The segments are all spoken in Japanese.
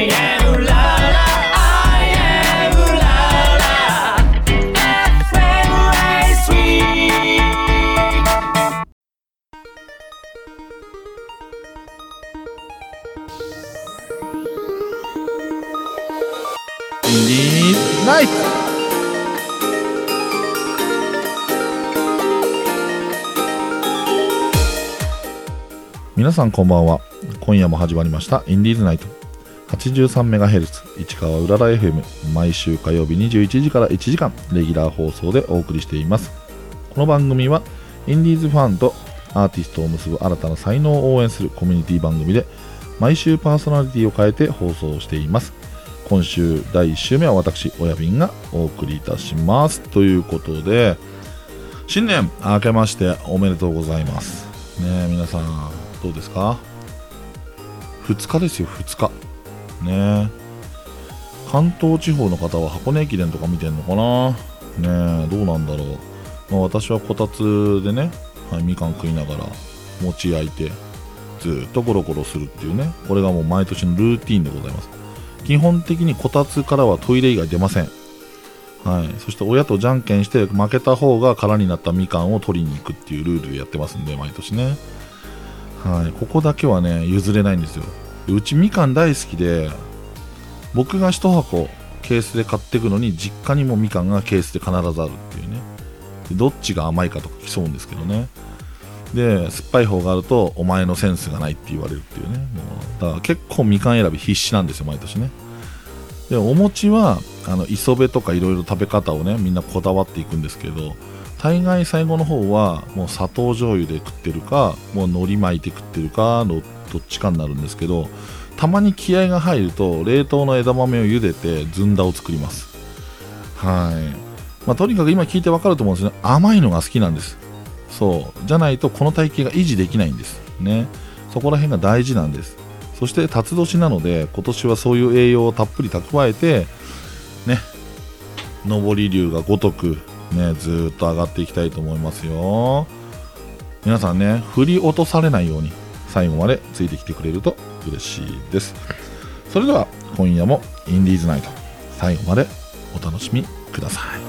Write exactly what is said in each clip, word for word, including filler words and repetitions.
I am la la I am la la エフエム ライスウィークインディーナイト。皆さんこんばんは。今夜も始まりましたインディーズナイト はちじゅうさんメガヘルツ 市川うらら エフエム、 毎週火曜日にじゅういちじからいちじかんレギュラー放送でお送りしています。この番組はインディーズファンとアーティストを結ぶ新たな才能を応援するコミュニティ番組で、毎週パーソナリティを変えて放送しています。今週だいいっ週目は私親瓶がお送りいたしますということで、新年明けましておめでとうございますね。皆さんどうですか？ふつかですよ、ふつかね。関東地方の方は箱根駅伝とか見てんのかなね。どうなんだろう、まあ、私はこたつでね、はい、みかん食いながら餅焼いてずっとゴロゴロするっていうね、これがもう毎年のルーティーンでございます。基本的にこたつからはトイレ以外出ません。はい、そして親とじゃんけんして負けた方が空になったみかんを取りに行くっていうルールでやってますんで、毎年ね。はい、ここだけはね譲れないんですよ。うちみかん大好きで、僕が一箱ケースで買っていくのに実家にもみかんがケースで必ずあるっていうね。でどっちが甘いかとか競うんですけどね。で酸っぱい方があるとお前のセンスがないって言われるっていうね。もうだから結構みかん選び必死なんですよ、毎年ね。でお餅はあの磯辺とかいろいろ食べ方をねみんなこだわっていくんですけど、大概最後の方はもう砂糖醤油で食ってるか、もう海苔巻いて食ってるかのどっちかになるんですけど、たまに気合が入ると冷凍の枝豆を茹でてずんだを作ります。はい、まあ、とにかく今聞いて分かると思うんですね。甘いのが好きなんです。そうじゃないとこの体型が維持できないんですね。そこら辺が大事なんです。そして辰年なので今年はそういう栄養をたっぷり蓄えてね、上り竜が如くね、ずーっと上がっていきたいと思いますよ。皆さんね、振り落とされないように最後までついてきてくれると嬉しいです。それでは今夜もインディーズナイト、最後までお楽しみください。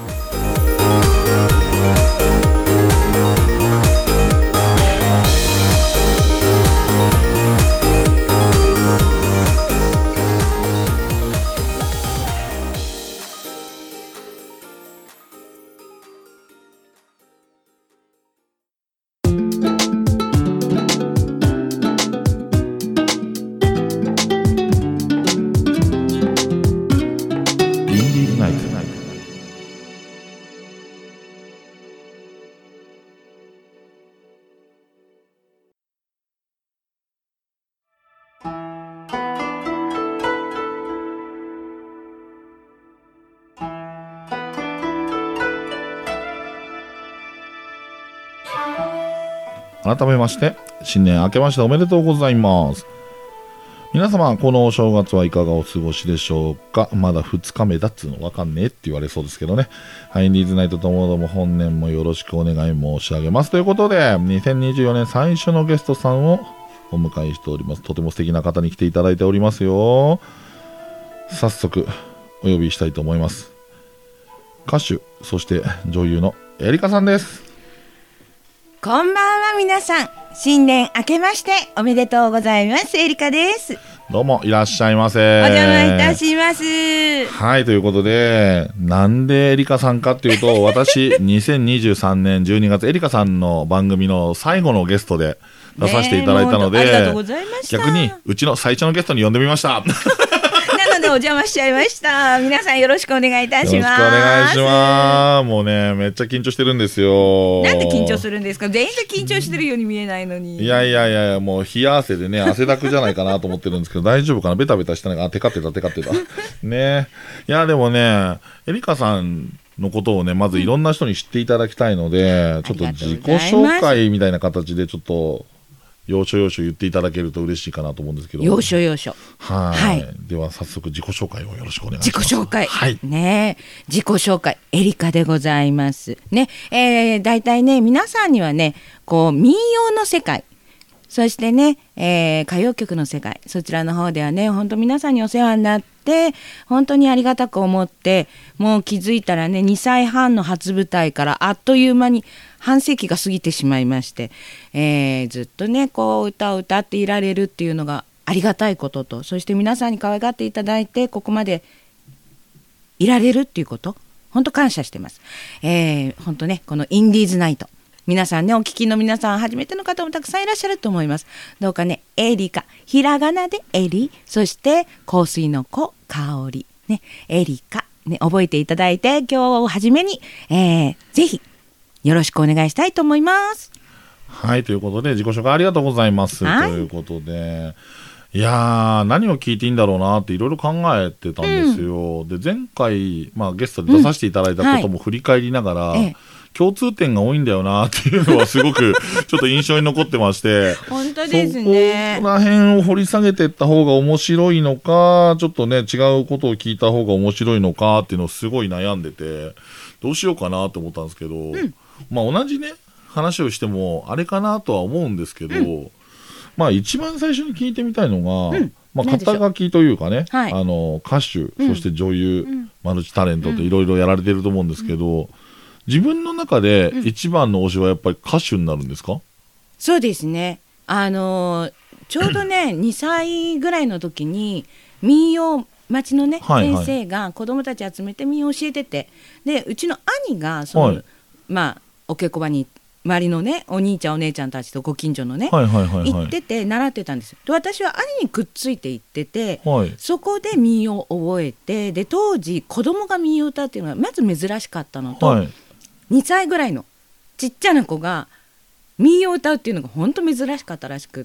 改めまして新年明けましておめでとうございます。皆様このお正月はいかがお過ごしでしょうか。まだふつかめだっつうのわかんねえって言われそうですけどね。はい、インディーズナイトともども本年もよろしくお願い申し上げますということで、にせんにじゅうよねん最初のゲストさんをお迎えしております。とても素敵な方に来ていただいておりますよ。早速お呼びしたいと思います。歌手そして女優のエリカさんです。 こんばんは。皆さん新年明けましておめでとうございます。エリカです。 どうもいらっしゃいませ。 お邪魔いたします。 はい、ということでなんでエリカさんかっていうと私にせんにじゅうさんねんじゅうにがつエリカさんの番組の最後のゲストで出させていただいたので、 ありがとうございました。 逆にうちの最初のゲストに呼んでみましたなのでお邪魔しちゃいました。皆さんよろしくお願いいたします。 よろしくお願いします。もうねめっちゃ緊張してるんですよ。 なんで緊張するんですか。全員で緊張してるように見えないのに。 いやいやいやもう冷や汗でね汗だくじゃないかなと思ってるんですけど大丈夫かな。ベタベタしてないか。あテカってたテカってたね。いやでもねエリカさんのことをねまずいろんな人に知っていただきたいので、うん、ちょっと自己紹介みたいな形でちょっと要所要所言っていただけると嬉しいかなと思うんですけど。 要所要所。 はい、はい。では早速自己紹介をよろしくお願いします。 自己紹介。 はい。 ね自己紹介エリカでございます。ね、えー、だいたいね皆さんにはねこう民謡の世界、 そしてね、えー歌謡曲の世界、そちらの方ではね本当皆さんにお世話になって本当にありがたく思って、もう気づいたらねにさいはんの初舞台からあっという間に半世紀が過ぎてしまいまして、えーずっとねこう歌を歌っていられるっていうのがありがたいことと、そして皆さんに可愛がっていただいてここまでいられるっていうこと、本当感謝してます。えー、本当ねこのインディーズナイト、皆さんねお聞きの皆さん初めての方もたくさんいらっしゃると思います。どうかねエリカ、ひらがなでエリ、そして香水の子香りね、エリカね覚えていただいて、今日を初めに、えー、ぜひよろしくお願いしたいと思います。 はい、ということで自己紹介ありがとうございます、 はい、 ということで、いやー何を聞いていいんだろうなっていろいろ考えてたんですよ、うん、で前回、まあ、ゲストで出させていただいたことも振り返りながら、うんはい、共通点が多いんだよなっていうのはすごくちょっと印象に残ってまして本当ですね、 そこら辺を掘り下げていった方が面白いのか、ちょっとね違うことを聞いた方が面白いのかっていうのをすごい悩んでて、どうしようかなと思ったんですけど、うん、まあ同じね話をしてもあれかなとは思うんですけど、うん、まあ一番最初に聞いてみたいのが、うんまあ、肩書きというかね、はい、あの歌手、うん、そして女優、うん、マルチタレントっていろいろやられてると思うんですけど、うん、自分の中で一番の推しはやっぱり歌手になるんですか？ そうですね、あのー、ちょうどねにさいぐらいの時に民謡町のね、はいはい、先生が子どもたち集めて民謡を教えてて、でうちの兄がその、はい、まあお稽古場に周りのねお兄ちゃんお姉ちゃんたちとご近所のね、はいはいはいはい、行ってて習ってたんですよ。で私は兄にくっついて行ってて、はい、そこで民謡を覚えて、で当時子供が民謡を歌うっていうのがまず珍しかったのと、はい、にさいぐらいのちっちゃな子が民謡を歌うっていうのが本当珍しかったらしくって、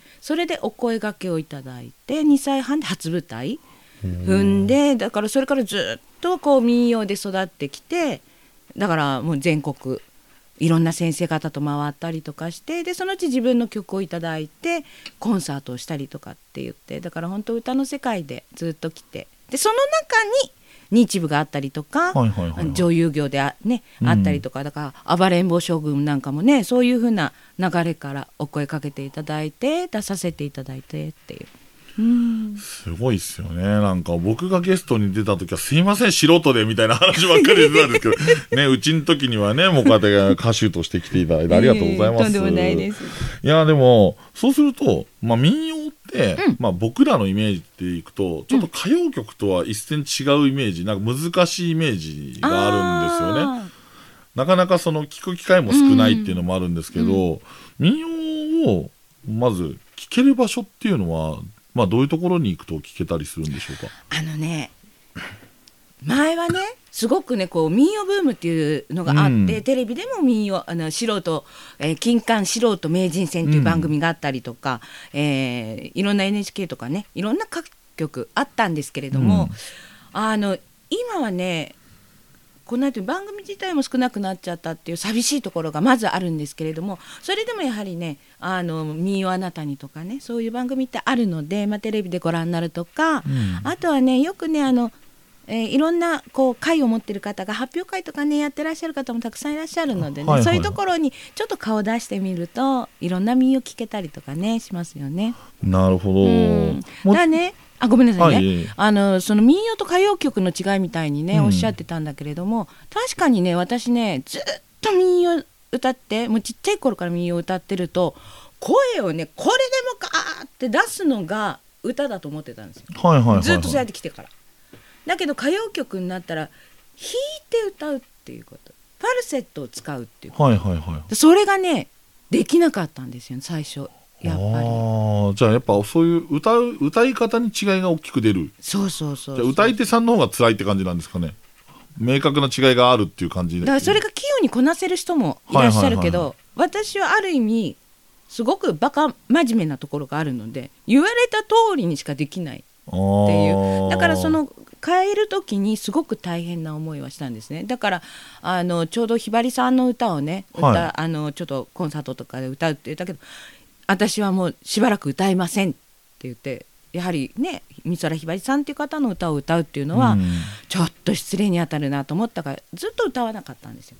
それでお声掛けをいただいてにさいはんで初舞台踏んで、だからそれからずっとこう民謡で育ってきて、だからもう全国いろんな先生方と回ったりとかして、でそのうち自分の曲をいただいてコンサートをしたりとかって言って、だから本当歌の世界でずっと来て、でその中に日舞があったりとか、はいはいはいはい、女優業で あ,、ねうん、あったりとか、だから暴れん坊将軍なんかもねそういう風な流れからお声かけていただいて出させていただいてっていう、 うんすごいっすよね。なんか僕がゲストに出た時はすいません素人でみたいな話ばっかり出たんですけどね、うちの時にはねもうこうやって歌手として来ていただいてありがとうございます、えー、とんでもないです。いやでもそうすると、まあ、民謡って、うんまあ、僕らのイメージでいくとちょっと歌謡曲とは一線違うイメージ、なんか難しいイメージがあるんですよね。なかなかその聞く機会も少ないっていうのもあるんですけど、うん、民謡をまず聞ける場所っていうのはまあ、どういうところに行くと聞けたりするんでしょうか？あのね前はねすごくねこう民謡ブームっていうのがあって、うん、テレビでも民謡あの素人、えー、金環素人名人戦っていう番組があったりとか、うんえー、いろんな エヌエイチケー とかねいろんな各局あったんですけれども、うん、あの今はねこの後番組自体も少なくなっちゃったっていう寂しいところがまずあるんですけれども、それでもやはりねあの民謡あなたにとかねそういう番組ってあるので、まあ、テレビでご覧になるとか、うん、あとはねよくねあの、えー、いろんなこう会を持ってる方が発表会とかねやってらっしゃる方もたくさんいらっしゃるのでね、はいはい、そういうところにちょっと顔出してみるといろんな民謡聞けたりとかねしますよね。 なるほど、うん、 だからねあごめんなさいね、はい、あのその民謡と歌謡曲の違いみたいにね、うん、おっしゃってたんだけれども、確かにね私ねずっと民謡歌ってもうちっちゃい頃から民謡歌ってると声をねこれでもガーって出すのが歌だと思ってたんですよ、はいはいはいはい、ずっとそうやってきてから。だけど歌謡曲になったら弾いて歌うっていうこと、ファルセットを使うっていうこと、はいはいはい、それがねできなかったんですよ最初やっぱり。 あじゃあやっぱそういう歌う歌い方に違いが大きく出る。 そうそうそうそう。 じゃあ歌い手さんの方が辛いって感じなんですかね。明確な違いがあるっていう感じで。 だからそれが器用にこなせる人もいらっしゃるけど、はいはいはいはい、私はある意味すごくバカ真面目なところがあるので言われた通りにしかできないっていう。だからその変える時にすごく大変な思いはしたんですね。だからあのちょうどひばりさんの歌をね歌、はい、あのちょっとコンサートとかで歌うって言ったけど、私はもうしばらく歌いませんって言って、やはりね美空ひばりさんっていう方の歌を歌うっていうのはちょっと失礼に当たるなと思ったからずっと歌わなかったんですよ。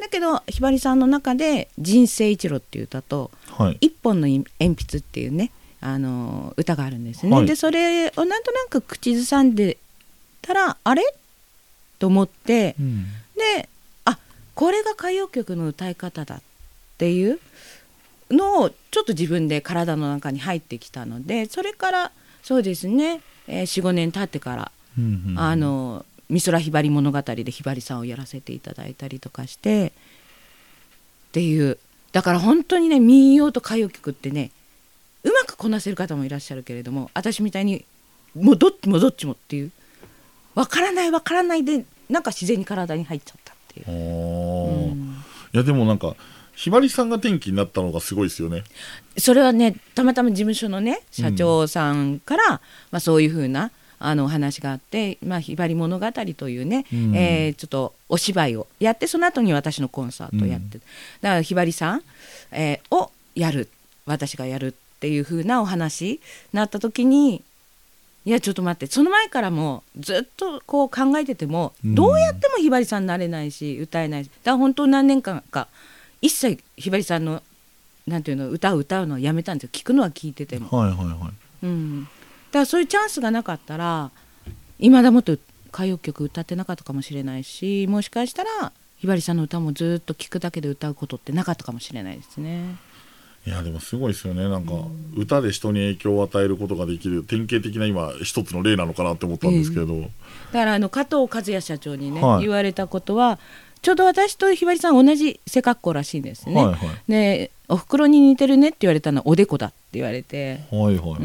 だけどひばりさんの中で人生一路っていう歌と、はい、一本の鉛筆っていうねあの歌があるんですね、はい、でそれをなんとなく口ずさんでたらあれと思って、うん、であこれが歌謡曲の歌い方だっていうのをちょっと自分で体の中に入ってきたのでそれからそうですね、えー、よん、ごねん経ってから、うんうん、あの美空ひばり物語でひばりさんをやらせていただいたりとかしてっていうだから本当にね民謡と歌謡曲ってねうまくこなせる方もいらっしゃるけれども私みたいにもうどっちもどっちもっていうわからないわからないでなんか自然に体に入っちゃったっていう、 うん、いやでもなんかひばりさんが転機になったのがすごいですよね。 それはねたまたま事務所のね社長さんから、うんまあ、そういう風なあのお話があって、まあ、ひばり物語というね、うんえー、ちょっとお芝居をやってその後に私のコンサートをやって、うん、だからひばりさん、えー、をやる私がやるっていう風なお話になった時にいやちょっと待ってその前からもずっとこう考えてても、うん、どうやってもひばりさんになれないし歌えないしだから本当何年間か一切ひばりさんのなんていうの歌を歌うのをやめたんですよ聞くのは聞いてても、はいはいはいうん、だからそういうチャンスがなかったら今だもっと歌謡曲歌ってなかったかもしれないしもしかしたらひばりさんの歌もずっと聞くだけで歌うことってなかったかもしれないですね。 いやでもすごいですよねなんか、うん、歌で人に影響を与えることができる典型的な今一つの例なのかなって思ったんですけど、うん、だからあの加藤和也社長にね、はい、言われたことはちょうど私とひばりさん同じ背格好らしいんですね、はいはい、でおふくろに似てるねって言われたのはおでこだって言われて、 はいはいうん、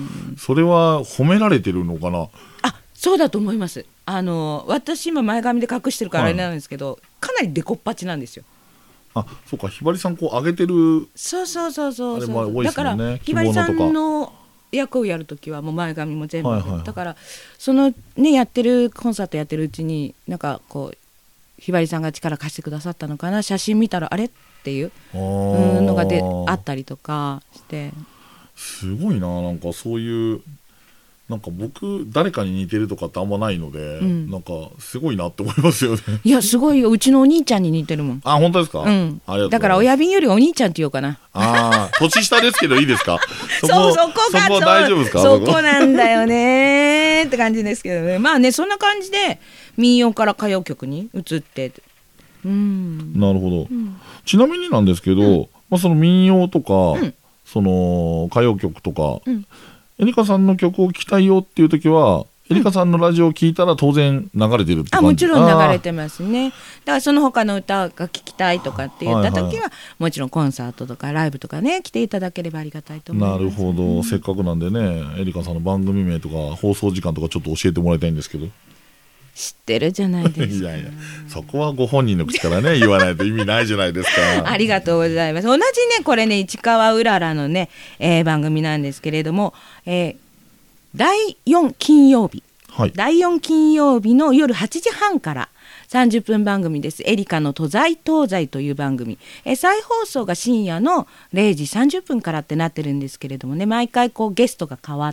それは褒められてるのかな。 あそうだと思います。あの私今前髪で隠してるからあれなんですけど、はい、かなりデコっぱちなんですよ。 あそうかひばりさんこう上げてるそうそうそうそうそう、 ね、だからひばりさんの役をやるときはもう前髪も全部、はいはいはい、だからそのねやってるコンサートやってるうちになんかこうひばりさんが力貸してくださったのかな写真見たらあれっていうのがであったりとかしてすごいななんかそういうなんか僕誰かに似てるとかってあんまないので、うん、なんかすごいなって思いますよね。 いやすごいようちのお兄ちゃんに似てるもん。 あ本当ですか、 うん、ありがとうございます。だから親便よりお兄ちゃんって言おうかな。 あ年下ですけどいいですかそこそうそこがそこ大丈夫ですか。 そこなんだよねって感じですけどね。まあねそんな感じで民謡から歌謡曲に移ってうんなるほど、うん、ちなみになんですけど、うんまあ、その民謡とか、うん、その歌謡曲とか、うんエリカさんの曲を聴きたいよっていう時はエリカさんのラジオを聴いたら当然流れてるって感じ、 あもちろん流れてますね。だからその他の歌が聴きたいとかって言った時は、はいはい、もちろんコンサートとかライブとかね来ていただければありがたいと思います。 なるほど、うん、せっかくなんでねエリカさんの番組名とか放送時間とかちょっと教えてもらいたいんですけど。 知ってるじゃないですか。いやいやそこはご本人の口からね言わないと意味ないじゃないですかありがとうございます。同じねこれね市川うららのね、えー、番組なんですけれども、えー、だいよん金曜日、はい、だいよん金曜日の夜はちじはんからさんじゅっぷん番組です。エリカの都在東西という番組、えー、再放送が深夜のれいじさんじゅっぷんからってなってるんですけれどもね毎回こうゲストが変わって、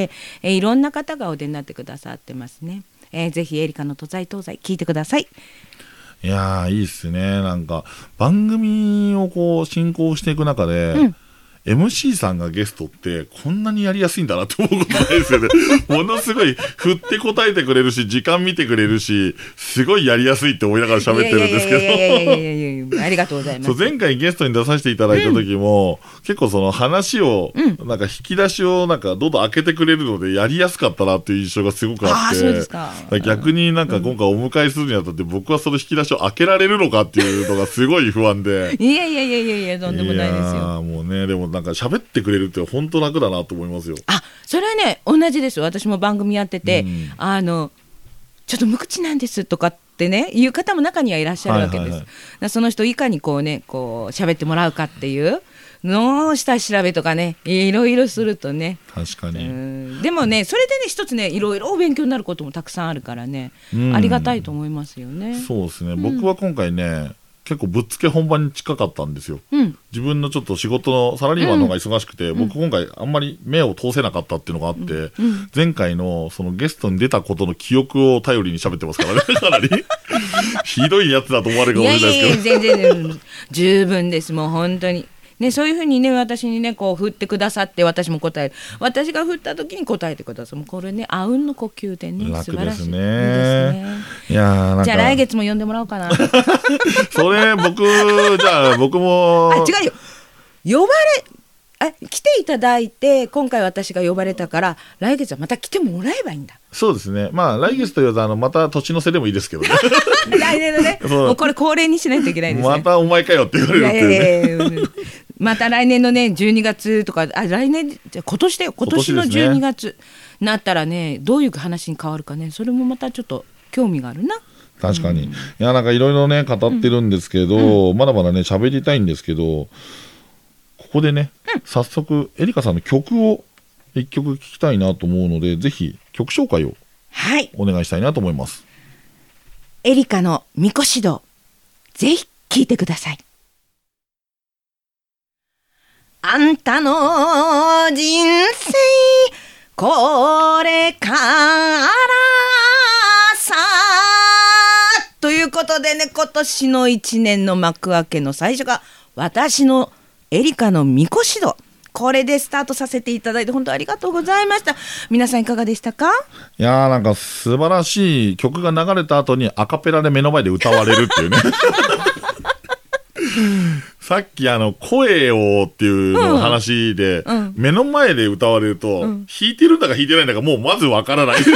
えー、いろんな方がお出になってくださってますね。えー、ぜひエリカの都在東西聞いてください。 いやーいいっすね。なんか番組をこう進行していく中で、うん、エムシー さんがゲストってこんなにやりやすいんだなって思うことないですよねものすごい振って答えてくれるし時間見てくれるしすごいやりやすいって思いながら喋ってるんですけど、いやいやいやいやいやありがとうございます。そう前回ゲストに出させていただいた時も、うん、結構その話を、うん、なんか引き出しをなんかどんどん開けてくれるのでやりやすかったなっていう印象がすごくあって、あそうですか。逆になんか今回お迎えするにあたって僕はその引き出しを開けられるのかっていうのがすごい不安でいやいやいやいやいやとんでもないですよ。いやもうねでもなんか喋ってくれるって本当楽だなと思いますよ。 あそれはね同じです。私も番組やってて、うん、あのちょっと無口なんですとかってねいう方も中にはいらっしゃるわけです、はいはいはい、その人いかにこうねこう喋ってもらうかっていうの下調べとかねいろいろするとね確かにうんでもねそれでね一つねいろいろお勉強になることもたくさんあるからね、うん、ありがたいと思いますよね。 そうですね、うん、僕は今回ね結構ぶっつけ本番に近かったんですよ、 うん、 自分のちょっと仕事のサラリーマンの方が忙しくて、うん、僕今回あんまり目を通せなかったっていうのがあって、うんうん、前回のそのゲストに出たことの記憶を頼りに喋ってますからねかなりひどいやつだと思われるかもしれないですけど、 いやいやいや全然十分です、もう本当にね、そういうふうにね私にねこう振ってくださって私も答える、私が振った時に答えてくださる、もうこれねあうんの呼吸でね楽素晴らしいですね。 いいですね。 いやなんかじゃあ来月も呼んでもらおうかなそれ僕じゃあ僕もあ違うよ、呼ばれあ来ていただいて今回私が呼ばれたから来月はまた来てもらえばいいんだ。 そうですね、まあ来月と言わずあのまた年の瀬でもいいですけどね来年のねもうこれ恒例にしないといけないですね。 またお前かよって言われるっていうね。 いやいやいやまた来年のねじゅうにがつとかあ来年じゃ今年だよ今年のじゅうにがつなったらねどういう話に変わるかね、それもまたちょっと興味があるな。 確かに、うん、いやなんかいろいろね語ってるんですけど、うん、まだまだね喋りたいんですけどここでね、うん、早速エリカさんの曲を一曲聴きたいなと思うのでぜひ曲紹介をお願いしたいなと思います、 はい、エリカのみこし道ぜひ聴いてください。あんたの人生これからさということでね今年のいちねんの幕開けの最初が私のエリカのみこし道、これでスタートさせていただいて本当ありがとうございました。皆さんいかがでしたか？ いやーなんか素晴らしい曲が流れた後にアカペラで目の前で歌われるっていうねさっきあの声をっていうの話で、うんうん、目の前で歌われると、うん、弾いてるんだか弾いてないんだかもうまずわからない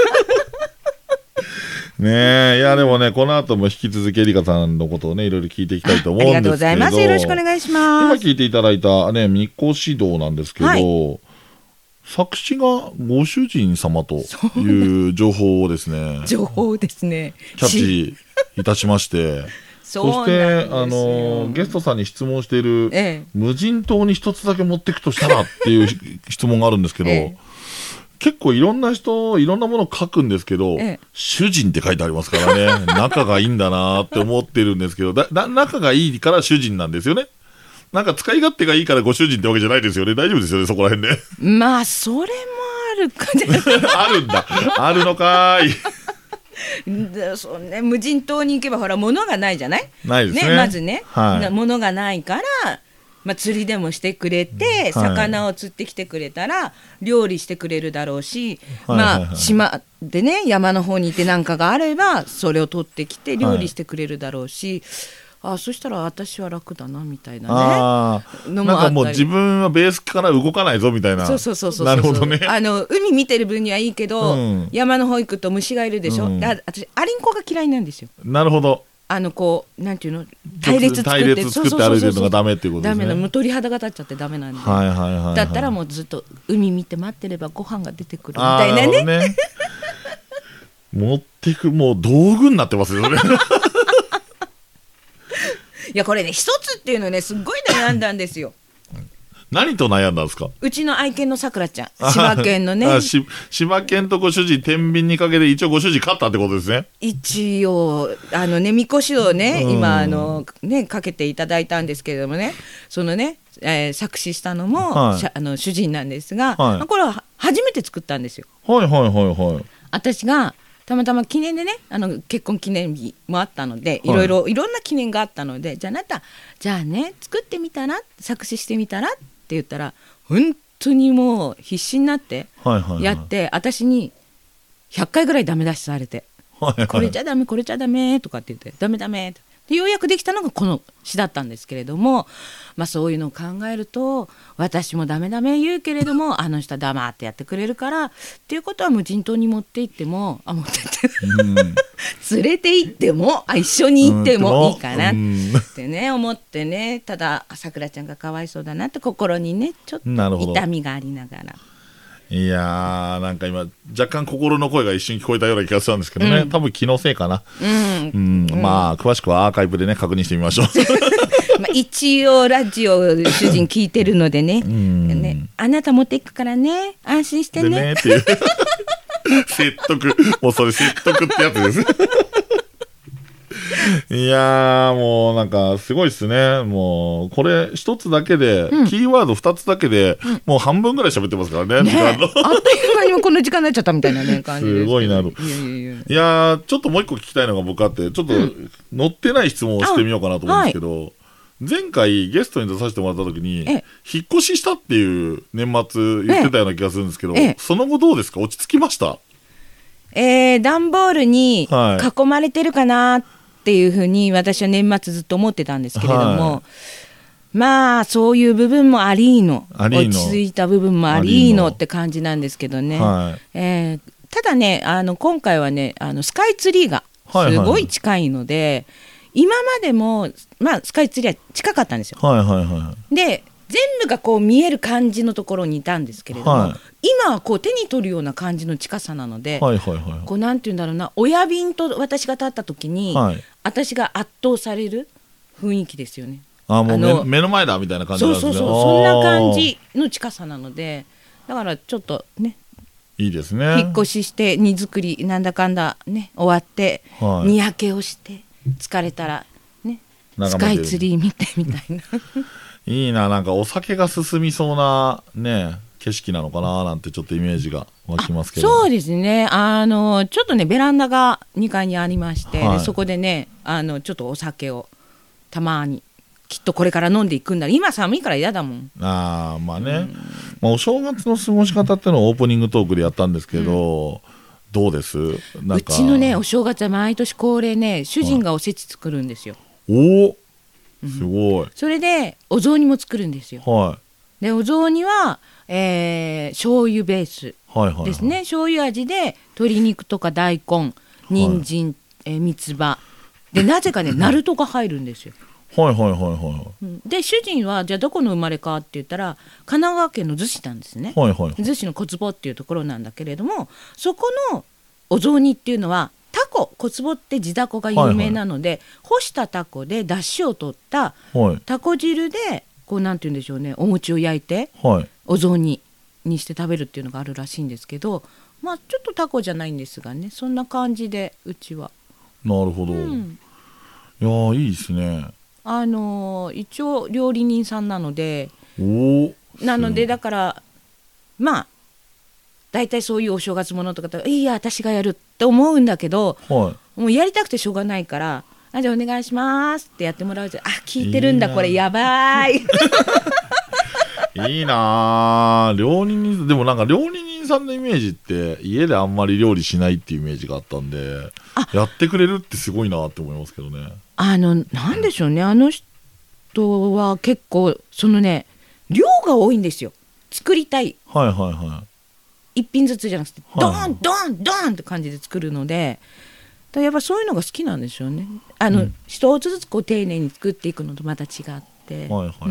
ねえ、いやでもねこの後も引き続きエリカさんのことをねいろいろ聞いていきたいと思うんですけど、ありがとうございます、 よろしくお願いします。 今聞いていただいたねみこし道なんですけど、はい、作詞がご主人様という情報をですね情報ですねキャッチいたしましてそしてあのゲストさんに質問している、ええ、無人島に一つだけ持っていくとしたらっていう質問があるんですけど、ええ、結構いろんな人いろんなものを書くんですけど、ええ、主人って書いてありますからね仲がいいんだなって思ってるんですけどだだ仲がいいから主人なんですよね。なんか使い勝手がいいからご主人ってわけじゃないですよね。大丈夫ですよねそこら辺でまあそれもあるかあるんだあるのかーいそうね、無人島に行けばほら物がないじゃない。 ないですね、 ねまずね、 はい、 物がないから、まあ、釣りでもしてくれて、うん、魚を釣ってきてくれたら料理してくれるだろうし、はいまあはいはい、島でね山の方にいて何かがあればそれを取ってきて料理してくれるだろうし、はい、あそしたら私は楽だなみたいなねあのもあったり、なんかもう自分はベースから動かないぞみたいな。 そうそうそうそうそうなるほどね。 あの海見てる分にはいいけど、うん、山の方行くと虫がいるでしょ、うん、で私アリンコが嫌いなんですよ。 なるほど。 あのこうなんていうの隊列作って隊列作って歩いてるのがダメっていうことですね。 ダメなもう鳥肌が立っちゃってダメなんで、 はいはいはいはい、 だったらもうずっと海見て待ってればご飯が出てくるみたいなね。 なね持ってくもう道具になってますよねいやこれね一つっていうのねすっごい悩んだんですよ何と悩んだんですか？ うちの愛犬のさくらちゃん柴犬のね柴犬とご主人天秤にかけて一応ご主人勝ったってことですね。 一応あのねみこしをね、うん、今あのねかけていただいたんですけれどもねそのね、えー、作詞したのも、はい、あの主人なんですが、はい、これは初めて作ったんですよ。 はいはいはいはい。 私がたまたま記念でねあの結婚記念日もあったのでいろいろいろんな記念があったのでじゃああなたじゃあね作ってみたら作詞してみたらって言ったら本当にもう必死になってやって、はいはいはい、私にひゃっかいぐらいダメ出しされて、はいはい、これじゃダメこれじゃダメとかって言ってダメダメってでようやくできたのがこの詩だったんですけれども、まあ、そういうのを考えると私もダメダメ言うけれどもあの人は黙ってやってくれるからっていうことは無人島に持って行ってもあ持って行って、うん、連れて行ってもあ一緒に行ってもいいかなってね、うん、思ってねたださくらちゃんがかわいそうだなって心にねちょっと痛みがありながらいやーなんか今若干心の声が一瞬聞こえたような気がしたんですけどね、うん、多分気のせいかな、うんうん、まあ詳しくはアーカイブでね確認してみましょうまあ一応ラジオ主人聞いてるので ね, ねあなた持っていくからね安心して ね, ねっていう説得もうそれ説得ってやつですいやーもうなんかすごいですね。もうこれ一つだけで、うん、キーワード二つだけで、うん、もう半分ぐらい喋ってますからね。ね、時間のあっという間にもこの時間になっちゃったみたいなね感じです。 すごいなる。いやいやいや、いやーちょっともう一個聞きたいのが僕あって、ちょっと載ってない質問をしてみようかなと思うんですけど、はい、前回ゲストに出させてもらった時に引っ越ししたっていう年末言ってたような気がするんですけど、その後どうですか？落ち着きました？ えー、段ボールに囲まれてるかなっていうふうに私は年末ずっと思ってたんですけれども、はい、まあそういう部分もありーの、落ち着いた部分もありーのって感じなんですけどね、はい、えー、ただね、あの今回はね、あのスカイツリーがすごい近いので、はいはいはい、今までも、まあ、スカイツリーは近かったんですよ、はいはいはい、で全部がこう見える感じのところにいたんですけれども、はい、今はこう手に取るような感じの近さなので、はいはいはい、こうなんていうんだろうな、親瓶と私が立った時に、はい、私が圧倒される雰囲気ですよね。 あ、もう 目, 目の前だみたいな感じなんですね。 そうそうそう、そんな感じの近さなので、だからちょっとね、 いいですね。 引っ越しして荷造りなんだかんだね終わって、はい、荷焼けをして疲れたらねスカイツリー見てみたいないいな、なんかお酒が進みそうなね景色なのかななんてちょっとイメージが湧きますけど。 そうですね、あのちょっとねベランダがにかいにありまして、はい、そこでねあのちょっとお酒をたまにきっとこれから飲んでいくんだ。今寒いから嫌だもん。 あ、まあね、うん、まあ、お正月の過ごし方っていうのをオープニングトークでやったんですけど、うん、どうです？なんかうちのねお正月は毎年恒例ね、主人がおせち作るんですよ。 おお、すごい、うん、 それでお雑煮も作るんですよ、はい、でお雑煮は、えー、醤油ベースですね、はいはいはい、醤油味で鶏肉とか大根、人参、はい、えー、三つ葉でなぜかねナルトが入るんですよ。 はいはいはいはい、 で主人はじゃあどこの生まれかって言ったら神奈川県の逗子なんですね、はいはいはい、逗子の小坪っていうところなんだけれども、そこのお雑煮っていうのはタコ、小坪って地ダコが有名なので、はいはい、干したタコで出汁を取ったタコ汁でこうなんて言うんでしょうね、お餅を焼いて、はい、お雑煮にして食べるっていうのがあるらしいんですけど、まあちょっとタコじゃないんですがね、そんな感じでうちは。 なるほど、うん、いやいいですね。 あのー、一応料理人さんなので、おなのでだからまあだいたいそういうお正月ものとかいいや私がやるって思うんだけど、はい、もうやりたくてしょうがないから、あじゃあお願いしますってやってもらうと、あ聞いてるんだこれやばいいいな料理人。でもなんか料理人さんのイメージって家であんまり料理しないっていうイメージがあったんで、やってくれるってすごいなって思いますけどね。 あのなんでしょうね、あの人は結構そのね量が多いんですよ、作りたい、はいはいはい、一品ずつじゃなくてドーンドーンドーンって感じで作るので、だやっぱそういうのが好きなんでしょうね。あの、うん、一つずつこう丁寧に作っていくのとまた違って、はいはい、うん、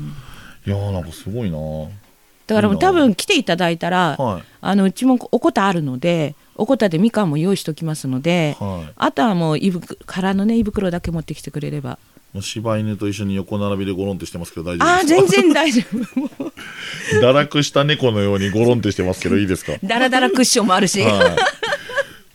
いやなんかすごいな。 だからもう多分来ていただいたら、はい、あのうちもおこたあるのでおこたでみかんも用意しておきますので、はい、あとはもう胃袋空のね胃袋だけ持ってきてくれれば。 柴犬と一緒に横並びでゴロンってしてますけど大丈夫ですか？ あ全然大丈夫堕落した猫のようにゴロンってしてますけどいいですか？ ダラダラクッションもあるし、はい、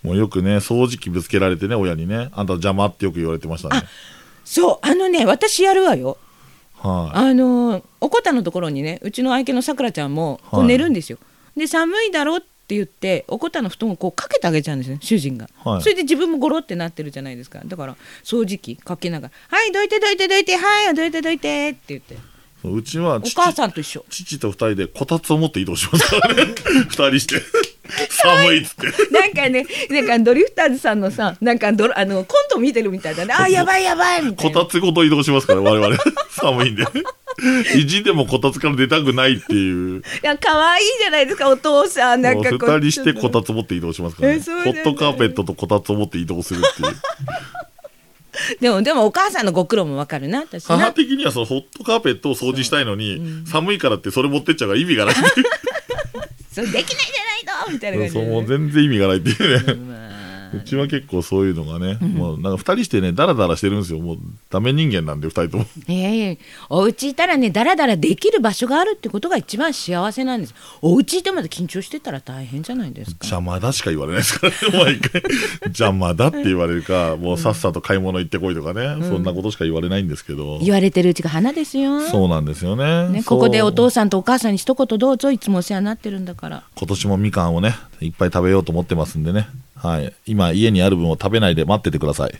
もうよくね掃除機ぶつけられてね親にね、あんた邪魔ってよく言われてましたね。 あそうあのね私やるわよ、はい、あのおこたのところにねうちの愛犬のさくらちゃんもこう寝るんですよ、はい、で寒いだろって言っておこたの布団をこうかけてあげちゃうんですね主人が、はい、それで自分もゴロってなってるじゃないですか。だから掃除機かけながらはいどいてどいてどいてはいどいてどいてって言って、 うちはお母さんと一緒、 父と二人でこたつを持って移動しますからね二人して寒いっつってなんかねなんかドリフターズさんのさなんかドあのコント見てるみたいだね。あやばいやばいみたいな、 こたつごと移動しますから我々寒いんで意地でもこたつから出たくないっていう。いや可愛いじゃないですかお父さん。なんかふたりしてこたつ持って移動しますからね。ホットカーペットとこたつを持って移動するっていうでもでもお母さんのご苦労もわかるな私な。 母的にはそのホットカーペットを掃除したいのに、うん、寒いからってそれ持ってっちゃうから意味がないそれできないじゃないのみたいな感じで、 そうもう全然意味がないっていうね、うんまあうちは結構そういうのがね、うん、もうなんかふたりしてねダラダラしてるんですよ。もうダメ人間なんでふたりとも。 いやいや、お家いたらねダラダラできる場所があるってことが一番幸せなんです。お家いてまで緊張してたら大変じゃないですか。 邪魔だしか言われないですからね毎回邪魔だって言われるか、もうさっさと買い物行ってこいとかね、うん、そんなことしか言われないんですけど、 言われてるうちが花ですよ。 そうなんですよ ね, ね、ここでお父さんとお母さんに一言どうぞ、いつもお世話になってるんだから。 今年もみかんをねいっぱい食べようと思ってますんでね、はい、今家にある分を食べないで待っててください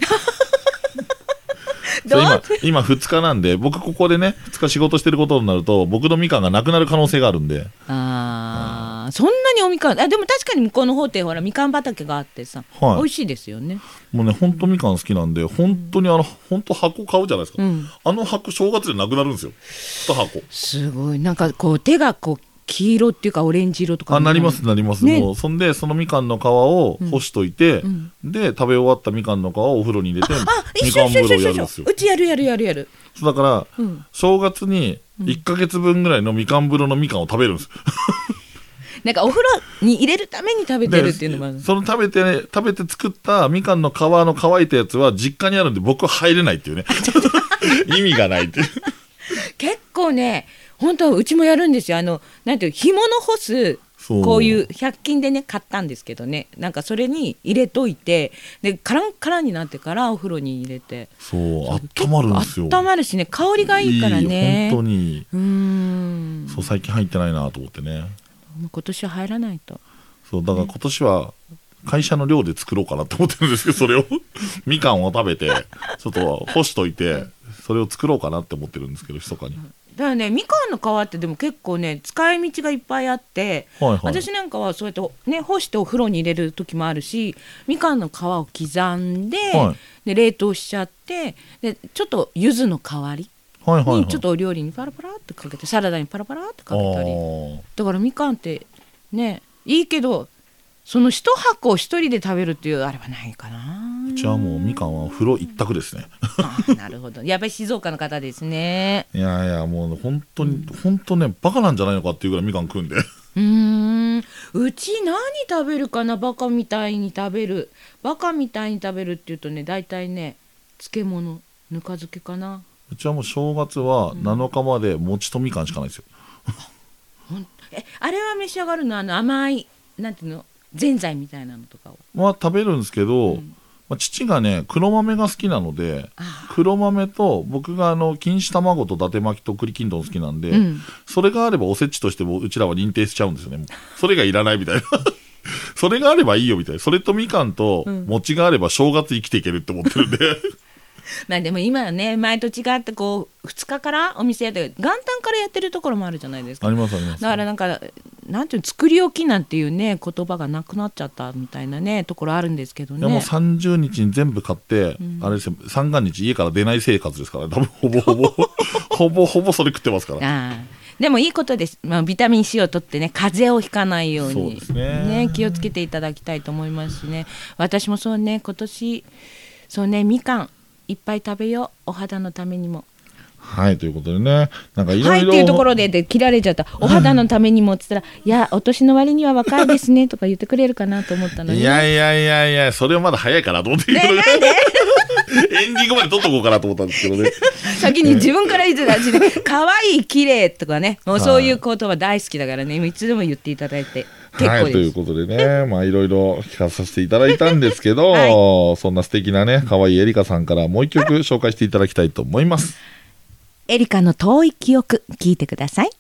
今, 今ふつかなんで、僕ここでねふつか仕事してることになると僕のみかんがなくなる可能性があるんで。 ああ、そんなにおみかん、あでも確かに向こうの方ってほらみかん畑があってさ、はい、美味しいですよね。 もうね本当みかん好きなんで、本当にあの本当箱買うじゃないですか、うん、あの箱正月でなくなるんですよ、に箱。すごい、なんかこう手がこう黄色っていうかオレンジ色とかあなりますなります、ね、もうそんでそのみかんの皮を干しといて、うんうん、で食べ終わったみかんの皮をお風呂に入れてみかん風呂をやるんですよ。 うちやるやるやるやる。 だから、うん、正月にいっかげつぶんぐらいのみかん風呂のみかんを食べるんですなんかお風呂に入れるために食べてるっていうのもある。 その食べて、ね、食べて作ったみかんの皮の乾いたやつは実家にあるんで僕は入れないっていうね意味がないっていう結構ね本当うちもやるんですよ。あのなんていう干物干す、こういうひゃく均でね買ったんですけどね、なんかそれに入れといて、でカランカランになってからお風呂に入れて、 そう温まるんですよ。 温まるしね、香りがいいからね。 いい本当に。うーん、そう最近入ってないなと思ってね。 今年は入らないと。 そうだから今年は会社の寮で作ろうかなと思ってるんですけど、それをみかんを食べてちょっと干しといてそれを作ろうかなって思ってるんですけど、密かに。 だからね、みかんの皮ってでも結構ね使い道がいっぱいあって、はいはい、私なんかはそうやってね干してお風呂に入れる時もあるし、みかんの皮を刻んで、はい、で冷凍しちゃって、でちょっと柚子の代わりにちょっとお料理にパラパラってかけて、サラダにパラパラってかけたり。だからみかんってねいいけど、その一箱を一人で食べるっていうあれはないかな。 うちはもうみかんは風呂一択ですねあ、なるほど、やっぱり静岡の方ですね。 いやいやもう本当に、うん、本当ねバカなんじゃないのかっていうぐらいみかん食うんで。うーん、うち何食べるかな。バカみたいに食べるバカみたいに食べるっていうとね、大体ね漬物、ぬか漬けかな。 うちはもう正月はなのかまで餅とみかんしかないですよ、 うん、えあれは召し上がるの？あの甘いなんていうの、ぜんざいみたいなのとかをは食べるんですけど、うんまあ、父がね黒豆が好きなので、黒豆と僕があの錦糸卵と伊達巻きと栗きんとん好きなんで、うん、それがあればおせちとしてもうちらは認定しちゃうんですよね。それがいらないみたいなそれがあればいいよみたいな、それとみかんと餅があれば正月生きていけるって思ってるんでまあでも今はね前と違ってこうふつかからお店やって元旦からやってるところもあるじゃないですか。 ありますあります。 だからなんかなんていうの、作り置きなんていうね言葉がなくなっちゃったみたいなねところあるんですけどね。 でもさんじゅうにちに全部買って、うん、あれですよ、三が日家から出ない生活ですから、ね、多分ほぼほぼほぼほぼそれ食ってますから。 あでもいいことです、まあ、ビタミン C を取ってね風邪をひかないようにそうですね、 ね気をつけていただきたいと思いますしね。私もそうね今年そうねみかんいっぱい食べよう、お肌のためにも。 はいということでね、なんかいろいろはいっていうところでで切られちゃった。お肌のためにもって言ったらいやお年の割には若いですねとか言ってくれるかなと思ったのに、ね、 いやいやいやいやそれはまだ早いかなと思って、ね、なんでエンディングまで撮っとこうかなと思ったんですけどね先に自分から言ってたしね可愛い綺麗とかね、もうそういう言葉大好きだからね、いつでも言っていただいてはいということでね、まあいろいろ聞かさせていただいたんですけど、はい、そんな素敵なね可愛いエリカさんからもう一曲紹介していただきたいと思います。 エリカの遠い記憶聞いてください。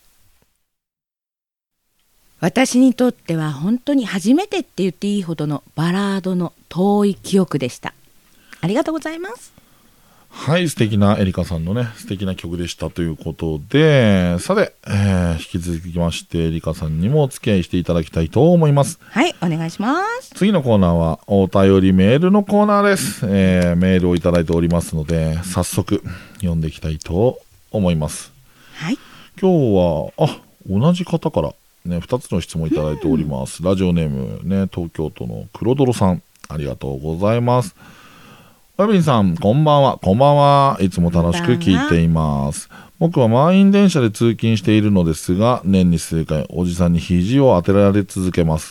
私にとっては本当に初めてって言っていいほどのバラードの遠い記憶でした。ありがとうございます。 はい素敵なエリカさんのね素敵な曲でしたということで、さて、えー、引き続きましてエリカさんにもお付き合いしていただきたいと思います。 はいお願いします。 次のコーナーはお便りメールのコーナーです、えー、メールをいただいておりますので早速読んでいきたいと思います。 はい、 今日はあ同じ方から、ね、ふたつの質問いただいております、うん、ラジオネーム、ね、東京都の黒泥さんありがとうございます。ワビンさんこんばんは。こんばんは。いつも楽しく聞いています。僕は満員電車で通勤しているのですが年に数回おじさんに肘を当てられ続けます。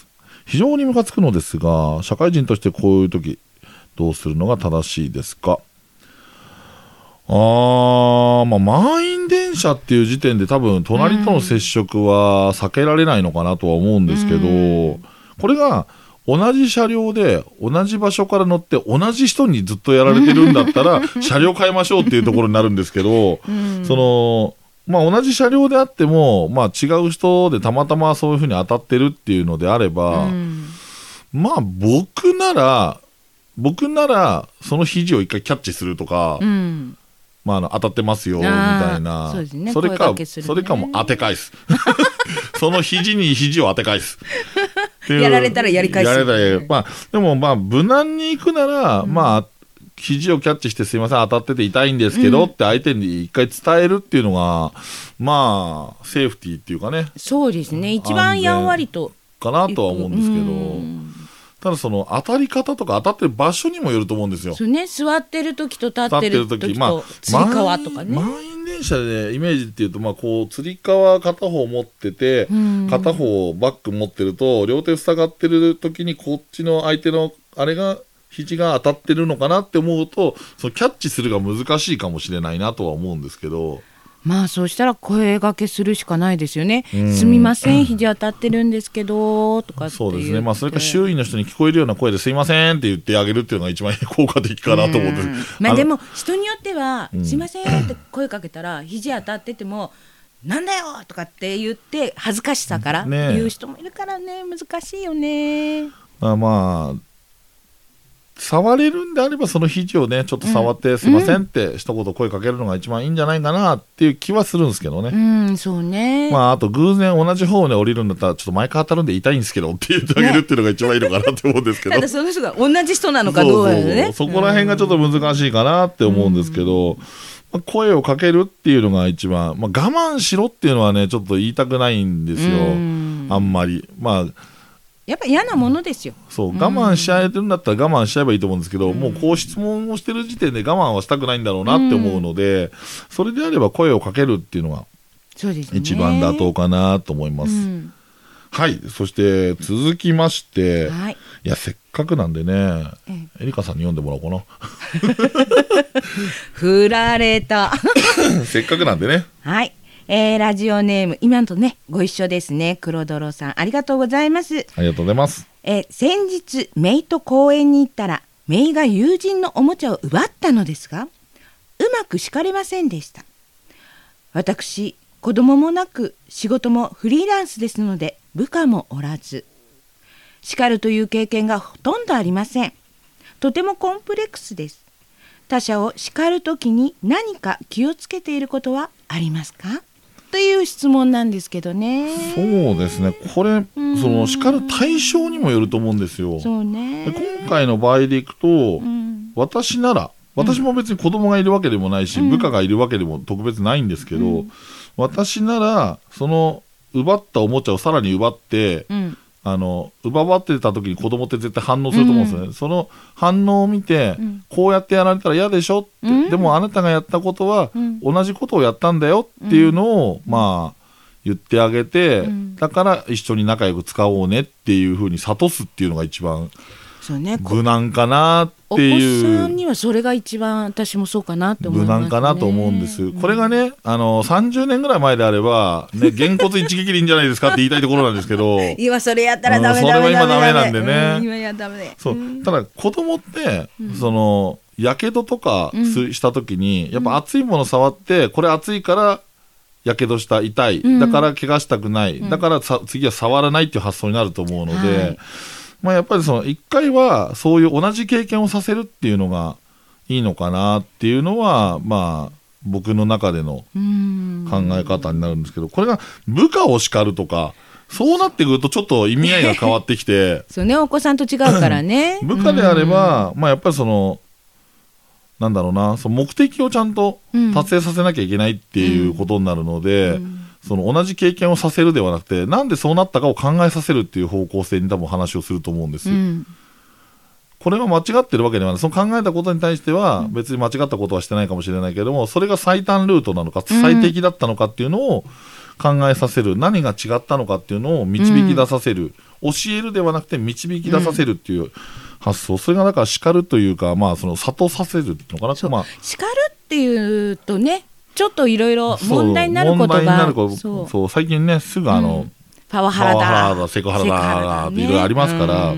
非常にムカつくのですが、社会人としてこういう時どうするのが正しいですか。あー、まあ、満員電車っていう時点で多分隣との接触は避けられないのかなとは思うんですけど、うん、これが同じ車両で同じ場所から乗って同じ人にずっとやられてるんだったら車両変えましょうっていうところになるんですけど、うん、そのまあ、同じ車両であっても、まあ、違う人でたまたまそういうふうに当たってるっていうのであれば、うん、まあ僕なら僕ならその肘を一回キャッチするとか、うん、まあ、あの当たってますよみたいな、そうですね、それか、ね、それかも当て返すその肘に肘を当て返すやられたらやり返す、やられたら、 まあ、でもまあ無難に行くなら、うん、まあ肘をキャッチしてすいません当たってて痛いんですけど、うん、って相手に一回伝えるっていうのがまあセーフティーっていうかね、 そうですね、一番やんわりとかなとは思うんですけど、うん、ただその当たり方とか当たってる場所にもよると思うんですよ。 そうね、座ってる時と立ってる時とつり革とかね、 まあ、満員電車でイメージっていうと、まあ、こうつり革片方持ってて、うん、片方バッグ持ってると両手塞がってる時にこっちの相手のあれが肘が当たってるのかなって思うと、そのキャッチするが難しいかもしれないなとは思うんですけど、 まあそうしたら声掛けするしかないですよね。すみません肘当たってるんですけどとかって言って、そうですね、 まあ、それか周囲の人に聞こえるような声ですいませんって言ってあげるっていうのが一番効果的かなと思うんです。 まあでも人によっては、うん、すいませんって声かけたら肘当たっててもなんだよとかって言って恥ずかしさから言う人もいるからね、難しいよね。 あまあ触れるんであればその肘をねちょっと触って、うん、すいませんって一言声かけるのが一番いいんじゃないかなっていう気はするんですけどね。 うん、そうね。 まああと偶然同じ方で降りるんだったらちょっと毎回当たるんで痛いんですけどって言ってあげるっていうのが一番いいのかなって思うんですけど、 ただその人が同じ人なのかどうやね、 そうそうそう、そこら辺がちょっと難しいかなって思うんですけど、うんまあ、声をかけるっていうのが一番、まあ、我慢しろっていうのはねちょっと言いたくないんですよ、うん、あんまりまあやっぱ嫌なものですよ。 そう我慢し合えてるんだったら我慢しちゃえばいいと思うんですけど、うん、もうこう質問をしてる時点で我慢はしたくないんだろうなって思うので、うん、それであれば声をかけるっていうのが一番妥当かなと思います。うん、はい、そして続きまして、はい、いやせっかくなんでね、エリカさんに読んでもらおうかな振られたせっかくなんでね。 はい、えー、ラジオネーム今とねご一緒ですね、黒泥さんありがとうございます。 ありがとうございます。 えー、先日姪と公園に行ったら姪が友人のおもちゃを奪ったのですがうまく叱れませんでした。私子供もなく仕事もフリーランスですので部下もおらず叱るという経験がほとんどありません。とてもコンプレックスです。他者を叱るときに何か気をつけていることはありますかという質問なんですけどね。 そうですね、これその叱る対象にもよると思うんですよ。 そうね、 で今回の場合でいくと、うん、私なら私も別に子供がいるわけでもないし、うん、部下がいるわけでも特別ないんですけど、うん、私ならその奪ったおもちゃをさらに奪って、うん、あの奪わってた時に子供って絶対反応すると思うんですよね、うん、その反応を見て、うん、こうやってやられたら嫌でしょって、うん、でもあなたがやったことは、うん、同じことをやったんだよっていうのを、うん、まあ言ってあげて、うん、だから一緒に仲良く使おうねっていう風に諭すっていうのが一番そうね、 無難かなっていう。 お子さんにはそれが一番私もそうかなって思いますね。 無難かなと思うんです、うん、これがねあのさんじゅうねんぐらい前であれば、ね、げんこつ一撃でいいんじゃないですかって言いたいところなんですけど今それやったらダメ、うん、 それは今ダメなんでね、 うん、今やダメ、 そう、うん、ただ子供って、うん、そのやけどとかした時に、うん、やっぱ熱いもの触ってこれ熱いからやけどした痛い、うん、だから怪我したくない、うん、だからさ次は触らないっていう発想になると思うので、はい、まあ、やっぱりそのいっかいはそういう同じ経験をさせるっていうのがいいのかなっていうのはまあ僕の中での考え方になるんですけど、これが部下を叱るとかそうなってくるとちょっと意味合いが変わってきてそうね、お子さんと違うからね部下であれば、まあ、やっぱりそのなんだろうな、その目的をちゃんと達成させなきゃいけないっていうことになるので、うんうん、その同じ経験をさせるではなくてなんでそうなったかを考えさせるっていう方向性に多分話をすると思うんです、うん、 これは間違ってるわけではない。その考えたことに対しては別に間違ったことはしてないかもしれないけれども、それが最短ルートなのか最適だったのかっていうのを考えさせる、何が違ったのかっていうのを導き出させる、教えるではなくて導き出させるっていう発想、それがだから叱るというか、まあその諭させるっていうのかな。 そう、 まあ、 叱るっていうとね、ちょっといろいろ問題になることが、 問題になること、そう、そう最近ねすぐあの、うん、 パワハラだ、 パワハラだ、セクハラだっていろいろありますから、うん、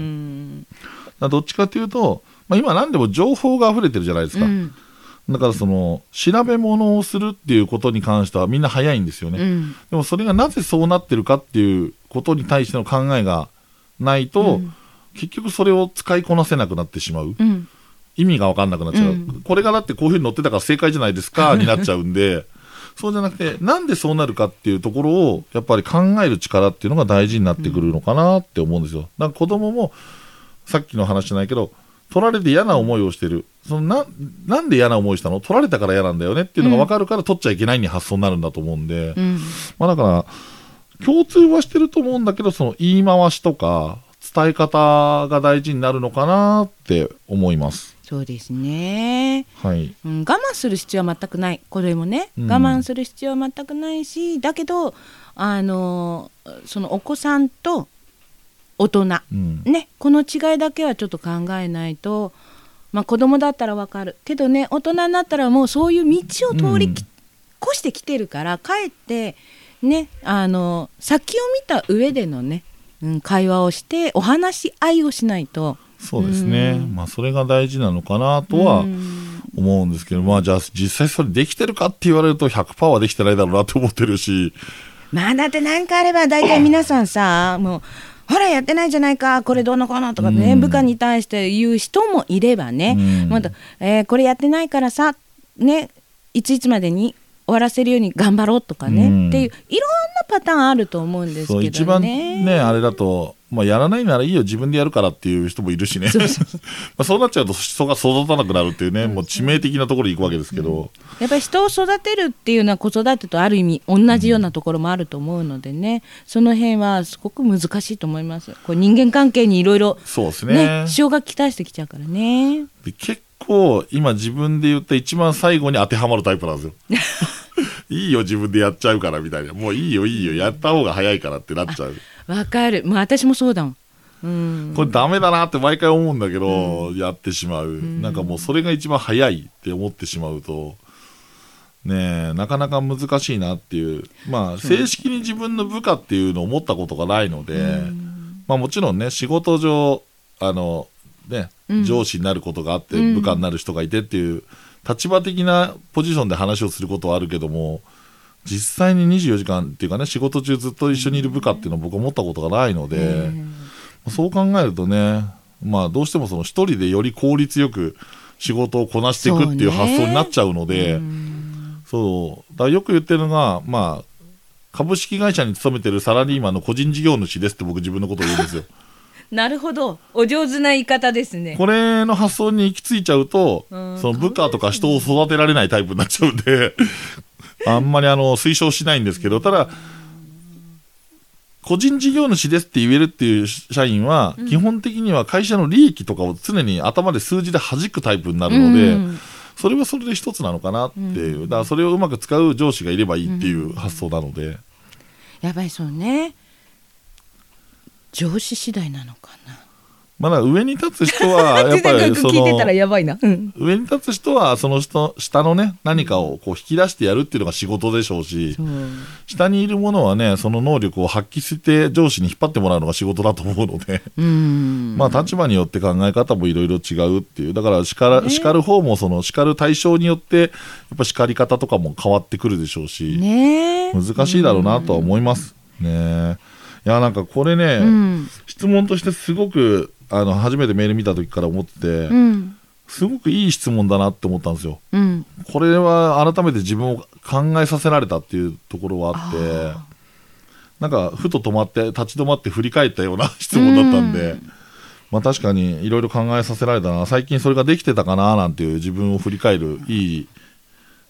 だからどっちかというと、まあ、今何でも情報が溢れてるじゃないですか、うん、だからその調べ物をするっていうことに関してはみんな早いんですよね、うん、でもそれがなぜそうなってるかっていうことに対しての考えがないと、うん、結局それを使いこなせなくなってしまう、うん、意味が分かんなくなっちゃう、うん、これがだってこういうふうに載ってたから正解じゃないですかになっちゃうんでそうじゃなくて、なんでそうなるかっていうところをやっぱり考える力っていうのが大事になってくるのかなって思うんですよ。だから子供もさっきの話じゃないけど、取られて嫌な思いをしてる、その な, なんで嫌な思いしたの、取られたから嫌なんだよねっていうのが分かるから取っちゃいけないに発想になるんだと思うんで、うん、まあ、だから共通はしてると思うんだけど、その言い回しとか伝え方が大事になるのかなって思います。 そうですね、 はい、 うん、我慢する必要は全くない。これもね、うん、我慢する必要は全くないし、だけどあのそのお子さんと大人、うん、ね、この違いだけはちょっと考えないと、まあ、子供だったら分かるけどね、大人になったらもうそういう道を通り、うん、越してきてるから、かえってね、あの先を見た上でのね、うん、会話をしてお話し合いをしないと。 そうですね、うん、まあ、それが大事なのかなとは思うんですけど、まあ、じゃあ実際それできてるかって言われると ひゃくパーセント はできてないだろうなと思ってるし、 まあだって何かあれば大体皆さんさもうほらやってないじゃないか、これどうのこうのとかね、うん、部下に対して言う人もいればね、うん、また、えー、これやってないからさ、ね、いついつまでに終わらせるように頑張ろうとかね、うん、っていういろんなパターンあると思うんですけどね。 そう一番ねあれだと、まあ、やらないならいいよ自分でやるからっていう人もいるしね。そうそうまあそうなっちゃうと人が育たなくなるっていうね、もう致命的なところに行くわけですけど、うん、 やっぱり人を育てるっていうのは子育てとある意味同じようなところもあると思うのでね、その辺はすごく難しいと思います。こう人間関係にいろいろ支障がきたしてきちゃうからね。 で結構今自分で言った一番最後に当てはまるタイプなんですよ。いいよ自分でやっちゃうからみたいな、もういいよいいよやった方が早いからってなっちゃう。 わかる、もう私もそうだもん、うん、 これダメだなって毎回思うんだけど、うん、やってしまう、うん、なんかもうそれが一番早いって思ってしまうとねえなかなか難しいなっていう、まあ正式に自分の部下っていうのを持ったことがないので、うん、まあもちろんね仕事上あのね、うん、上司になることがあって部下になる人がいてっていう立場的なポジションで話をすることはあるけども、実際ににじゅうよじかんっていうかね仕事中ずっと一緒にいる部下っていうのは僕は持ったことがないので、うん、そう考えるとね、まあどうしてもその一人でより効率よく仕事をこなしていくっていう発想になっちゃうので、そうね、うん、そうだからよく言ってるのが、まあ株式会社に勤めてるサラリーマンの個人事業主ですって僕自分のことを言うんですよ。 なるほど、お上手な言い方ですね。 これの発想に行き着いちゃうと、うん、その部下とか人を育てられないタイプになっちゃうんであんまりあの推奨しないんですけど、ただ個人事業主ですって言えるっていう社員は、うん、基本的には会社の利益とかを常に頭で数字で弾くタイプになるので、うん、それはそれで一つなのかなっていう、だからそれをうまく使う上司がいればいいっていう発想なので、うん、 やっぱりそうね、上司次第なのかな。 まだ上に立つ人はやっぱりその聞いてたらやばいな、うん、 上に立つ人はその人下のね何かをこう引き出してやるっていうのが仕事でしょうし、うん、下にいるものはねその能力を発揮して上司に引っ張ってもらうのが仕事だと思うので、うん、まあ立場によって考え方もいろいろ違うっていう、だから叱ら、ね、叱る方もその叱る対象によってやっぱ叱り方とかも変わってくるでしょうし、ね、難しいだろうなとは思いますね。いやなんかこれね、うん、質問としてすごくあの初めてメール見た時から思ってて、うん、すごくいい質問だなって思ったんですよ、うん、これは改めて自分を考えさせられたっていうところはあって、なんかふと止まって立ち止まって振り返ったような質問だったんで、うん、まあ、確かにいろいろ考えさせられたな、最近それができてたかななんていう自分を振り返るいい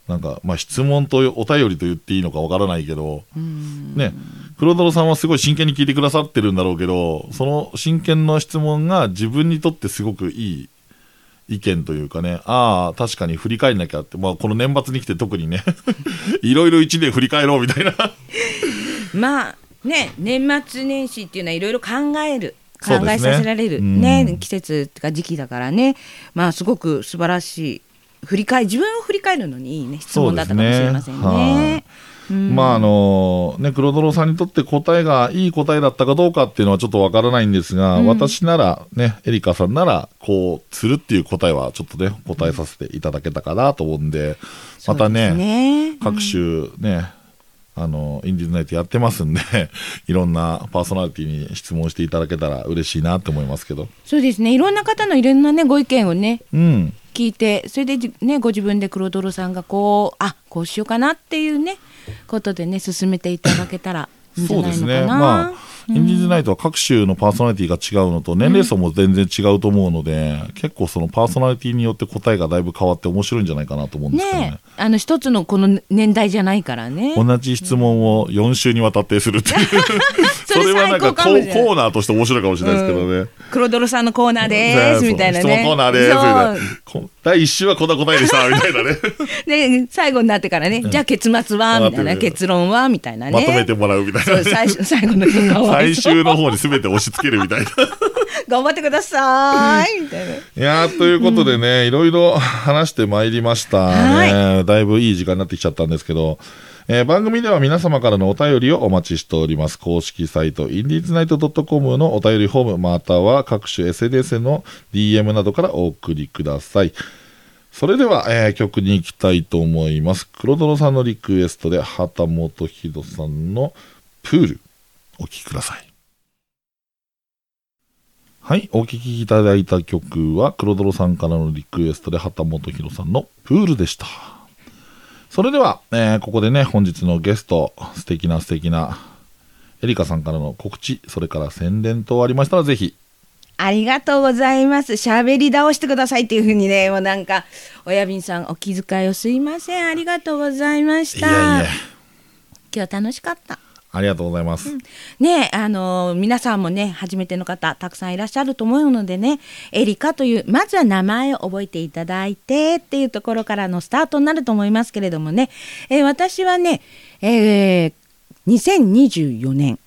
なんか、まあ、質問とお便りと言っていいのかわからないけど、ね、黒泥さんはすごい真剣に聞いてくださってるんだろうけど、その真剣な質問が自分にとってすごくいい意見というかね、ああ、確かに振り返んなきゃって、まあ、この年末に来て特にね、いろいろ一年振り返ろうみたいな。 まあね、年末年始っていうのはいろいろ考える。考えさせられる、ねね、季節とか時期だからね、まあ、すごく素晴らしい振り返自分を振り返るのにいい、ね、質問だったかもしれませんね。 まああのね、黒泥さんにとって答えがいい答えだったかどうかっていうのはちょっとわからないんですが、うん、私ならね、エリカさんならこうするっていう答えはちょっとね答えさせていただけたかなと思うんで、また ね, ね各種ね、あのインディーズナイトやってますんでいろんなパーソナリティに質問していただけたら嬉しいなと思いますけど。 そうですね、いろんな方のいろんな、ね、ご意見をね、 うん、 聞いて、それで、ね、ご自分で黒泥さんがこうあこうしようかなっていうねことでね進めていただけたらいいんじゃないのかな。そうですね、まあインディーズナイトは各種のパーソナリティが違うのと年齢層も全然違うと思うので、うん、結構そのパーソナリティによって答えがだいぶ変わって面白いんじゃないかなと思うんですけどね。 ね、あの一つのこの年代じゃないからね、 同じ質問をよん週にわたってするっていうそれはなんかコーナーとして面白いかもしれないですけどね、うん、 黒泥さんのコーナーですみたいなね、 質問コーナーですみたいな、だいいち週はこんな答えでしたみたいなねで最後になってからね、じゃあ結末はみたいな、結論はみたいなね、 まとめてもらうみたいな、そう最初最後の日が最終の方に全て押し付けるみたいな頑張ってくださいみたいな。いやということでね、うん、いろいろ話してまいりましたね、はい、だいぶいい時間になってきちゃったんですけど、えー、番組では皆様からのお便りをお待ちしております。公式サイトインディーズナイト .com のお便りフォーム、または各種 エスエヌエス への ディーエム などからお送りください。それでは、えー、曲に行きたいと思います。黒泥さんのリクエストで畑本博さんのプールお聴きください。はい、お聴きいただいた曲は黒泥さんからのリクエストで畑本博さんのプールでした。それでは、えー、ここでね本日のゲスト、素敵な素敵なエリカさんからの告知、それから宣伝等ありましたらぜひ。 ありがとうございます。喋り倒してくださいっていう風にね、もうなんか親便さんお気遣いをすいません、ありがとうございました。いやいや、今日楽しかった。 ありがとうございます、うん、 ね、あのー、皆さんもね初めての方たくさんいらっしゃると思うのでね、エリカというまずは名前を覚えていただいてっていうところからのスタートになると思いますけれどもね、えー、私はね、えー、にせんにじゅうよねん、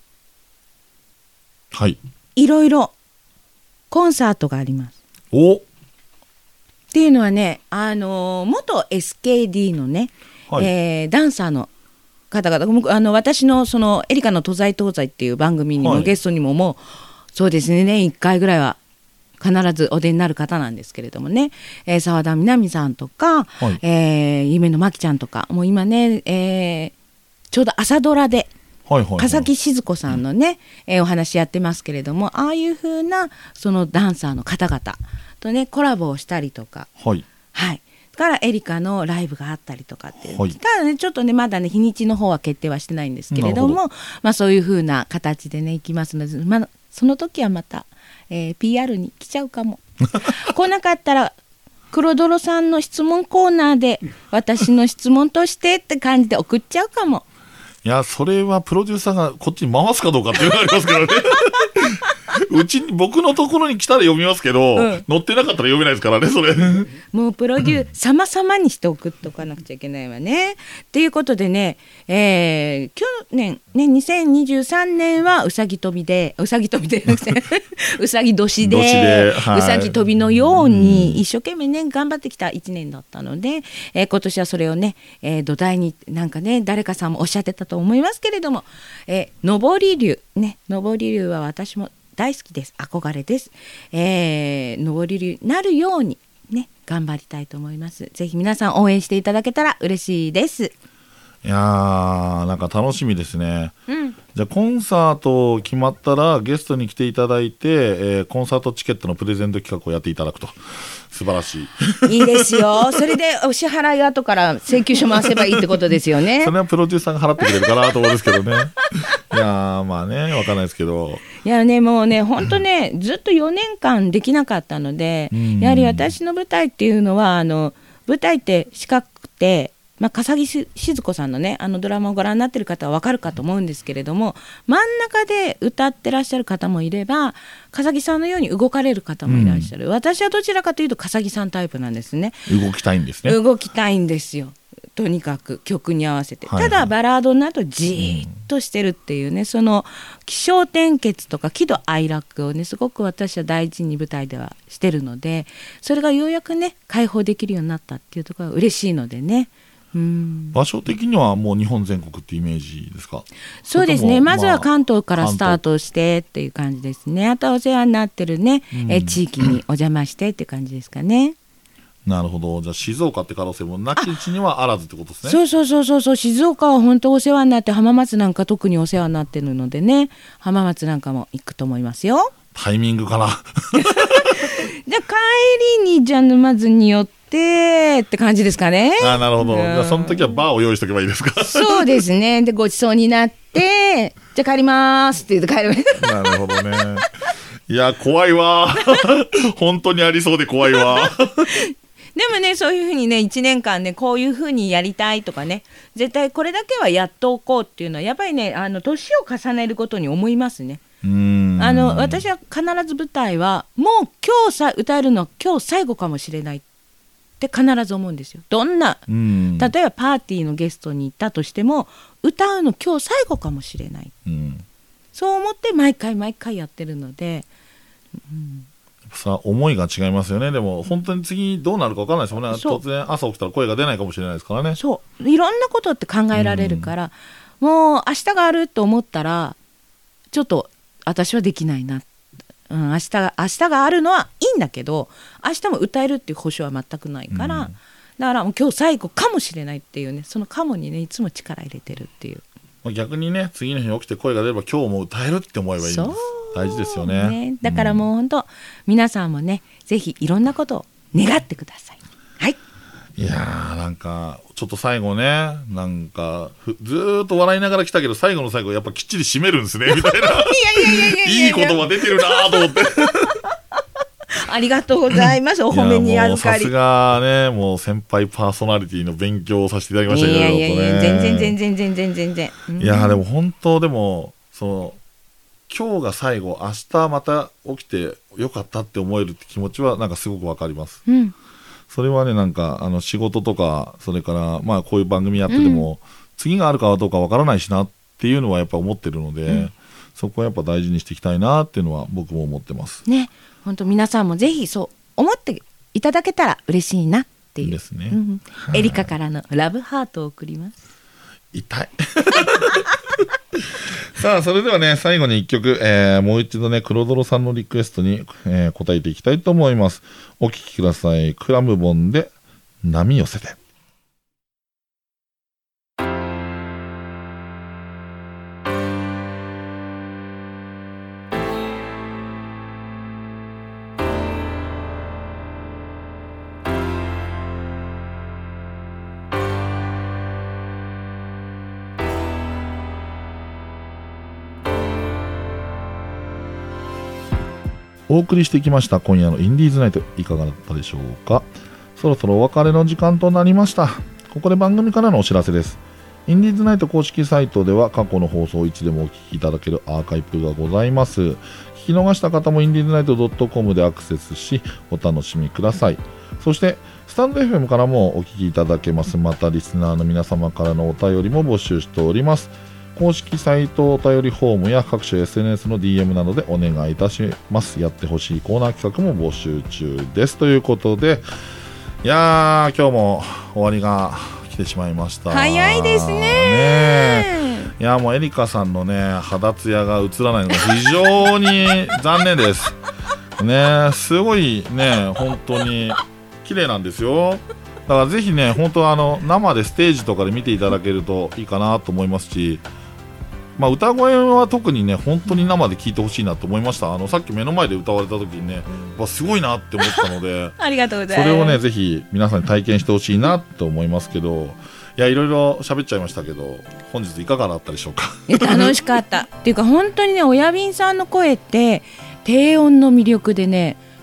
はい、 いろいろコンサートがあります。 おっていうのはね、あのー、元 エスケーディー のね、はい、えー、ダンサーの方々、あの私のそのエリカの東西東西っていう番組にも、はい、ゲストにももうそうですね、年いっかいぐらいは必ずお出になる方なんですけれどもね、えー、沢田みなみさんとか、はい、えー、夢のまきちゃんとか、もう今ね、えー、ちょうど朝ドラではいはいはい、 笠木静子さんのね、うん、えー、お話やってますけれども、ああいう風なそのダンサーの方々とねコラボをしたりとか、 はい、 はい、からエリカのライブがあったりとかっていう、はい、ただねちょっとねまだね日にちの方は決定はしてないんですけれども、まあ、そういう風な形でね行きますので、まあ、その時はまた、えー、ピーアール に来ちゃうかも来なかったら黒泥さんの質問コーナーで私の質問としてって感じで送っちゃうかも。 いや、それはプロデューサーがこっちに回すかどうかっていうのがありますけどねうちに僕のところに来たら読みますけど、うん、乗ってなかったら読めないですからね、それもうプロデュー様々にして送っとかなくちゃいけないわねっていうことでね、えー、去年ねにせんにじゅうさんねんはうさぎ跳びでうさぎ跳びでうさぎ年で、で、はい、うさぎ跳びのように一生懸命ね頑張ってきたいちねんだったので、えー、今年はそれをね、えー、土台になんかね誰かさんもおっしゃってたと思いますけれども、えー、上り竜ね、上り竜は私も大好きです、憧れです、えー、上り竜になるようにね頑張りたいと思います。ぜひ皆さん応援していただけたら嬉しいです。 いやー、なんか楽しみですね、 うん、 じゃあコンサート決まったらゲストに来ていただいて、えー、コンサートチケットのプレゼント企画をやっていただくと素晴らしいいいですよ。それでお支払い後から請求書回せばいいってことですよねそれはプロデューサーが払ってくれるかなと思うんですけどねいやー、まあね、わかんないですけど、 いやね、もうね本当ねずっとよねんかんできなかったので、やはり私の舞台っていうのはあの舞台って四角くてまあ、笠木静子さんのねあのドラマをご覧になっている方は分かるかと思うんですけれども、真ん中で歌ってらっしゃる方もいれば笠木さんのように動かれる方もいらっしゃる、うん、私はどちらかというと笠木さんタイプなんですね。 動きたいんですね。 動きたいんですよ、とにかく曲に合わせて、はいはい、ただバラードになるとじーっとしてるっていうね、うん、その起承転結とか喜怒哀楽をねすごく私は大事に舞台ではしてるので、それがようやくね解放できるようになったっていうところが嬉しいのでね。うん、 場所的にはもう日本全国ってイメージですか？ そうですね、まずは関東からスタートしてっていう感じですね。あとはお世話になってるね、うん、え地域にお邪魔してっていう感じですかね。 なるほど。じゃあ静岡って可能性もなきうちにはあらずってことですね。 そうそうそうそうそう、静岡は本当お世話になって、浜松なんか特にお世話になってるのでね、浜松なんかも行くと思いますよ。 タイミングかなじゃあ帰りにじゃあ沼津に寄ってって感じですかね。 あ、なるほど、うん、じゃあその時はバーを用意しておけばいいですか？ そうですね。でごちそうになってじゃあ帰りますって言うと帰るなるほどね。いや怖いわ本当にありそうで怖いわでもね、そういうふうにねいちねんかんねこういうふうにやりたいとかね、絶対これだけはやっておこうっていうのはやっぱりね、あの年を重ねることに思いますね。うーん、あの私は必ず舞台はもう今日さ歌えるのは今日最後かもしれないって必ず思うんですよ。どんな、うん、例えばパーティーのゲストに行ったとしても歌うの今日最後かもしれない、うん、そう思って毎回毎回やってるので、うん、 さ思いが違いますよね。でも本当に次どうなるか分からないですもんね。突然朝起きたら声が出ないかもしれないですからね。 そういろんなことって考えられるから、うん、もう明日があると思ったらちょっと私はできないな、うん、明日が明日があるのはいいんだけど明日も歌えるっていう保証は全くないから、うん、だからもう今日最後かもしれないっていうね、そのかもにねいつも力入れてるっていう。 逆にね次の日に起きて声が出れば今日も歌えるって思えばいいんです。大事ですよ ね, ねだからもう本当、うん、皆さんもねぜひいろんなことを願ってください。はい。 いやーなんかちょっと最後ねなんかずーっと笑いながら来たけど最後の最後やっぱきっちり締めるんですねみたいないい言葉出てるなと思ってありがとうございます。お褒めにあずかり。 さすがねもう先輩パーソナリティの勉強をさせていただきましたけど、いやいやいや、 ね、全然全然全然全然、 うん、いやでも本当でもその今日が最後明日また起きてよかったって思えるって気持ちはなんかすごくわかります、うん、それはねなんかあの仕事とかそれからまあこういう番組やってても、うん、次があるかどうかわからないしなっていうのはやっぱ思ってるので、うん、そこはやっぱ大事にしていきたいなっていうのは僕も思ってますね。本当皆さんもぜひそう思っていただけたら嬉しいなっていうですね、 うん、エリカからのラブハートを送ります。 痛いさあそれではね最後にいっきょく、えー、もう一度ね黒泥さんのリクエストに、えー、答えていきたいと思います。お聴きください。クラムボンで波寄せて。お送りしてきました今夜のインディーズナイトいかがだったでしょうか。そろそろお別れの時間となりました。ここで番組からのお知らせです。インディーズナイト公式サイトでは過去の放送をいつでもお聞きいただけるアーカイブがございます。聞き逃した方もインディーズナイト ドットコム でアクセスしお楽しみください。そしてスタンド エフエム からもお聞きいただけます。またリスナーの皆様からのお便りも募集しております。公式サイトお便りフォームや各種 エスエヌエス の ディーエム などでお願いいたします。やってほしいコーナー企画も募集中ですということで、いやー今日も終わりが来てしまいました。 早いですね。 ねいやもうエリカさんのね肌ツヤが映らないのが非常に残念ですね。すごいね本当に綺麗なんですよ。だからぜひね本当あの生でステージとかで見ていただけるといいかなと思いますし、まあ、歌声は特にね本当に生で聴いてほしいなと思いました。あのさっき目の前で歌われた時にねわすごいなって思ったのでありがとうございます。 それをねぜひ皆さんに体験してほしいなと思いますけど、いやいろいろ喋っちゃいましたけど本日いかがだったでしょうか。 楽しかったっていうか本当にね親瓶さんの声って低音の魅力でね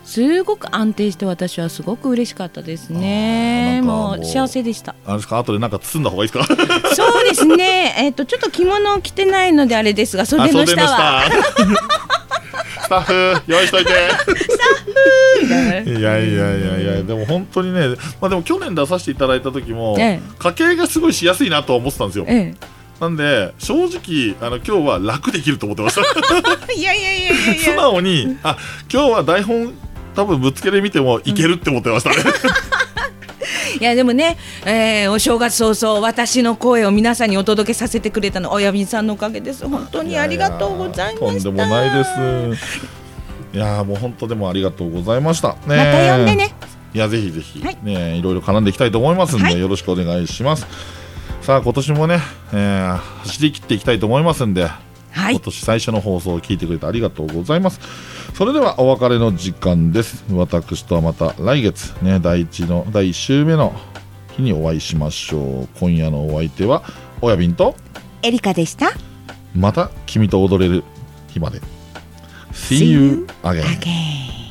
すごく安定して、私はすごく嬉しかったですね。もう幸せでした。 あれですか、後でなんか包んだ方がいいですか？ そうですね、えー、とちょっと着物を着てないのであれですが、袖の下はスタッフ用意しといてスタッフみたいな。 いやいやいやいや、でも本当にね、まあ、でも去年出させていただいた時も、 ええ、 家計がすごいしやすいなとは思ってたんですよ、 ええ、 なんで正直あの今日は楽できると思ってましたいやいやいやいやいや、 素直にあ今日は台本多分ぶっつけで見てもいけるって思ってましたね、 うん、いやでもね、えー、お正月早々私の声を皆さんにお届けさせてくれたの親瓶さんのおかげです。本当にありがとうございました。 とんでもないです。いやもう本当でもありがとうございました、ね、 また呼んでね。 いやぜひぜひ、 はい、 ね、いろいろ絡んでいきたいと思いますんで、はい、よろしくお願いします。さあ今年もね、えー、走り切っていきたいと思いますんで、はい、今年最初の放送を聞いてくれてありがとうございます。それではお別れの時間です。私とはまた来月、ね、第一のだいいち週目の日にお会いしましょう。今夜のお相手は親瓶とエリカでした。 また君と踊れる日まで See you again.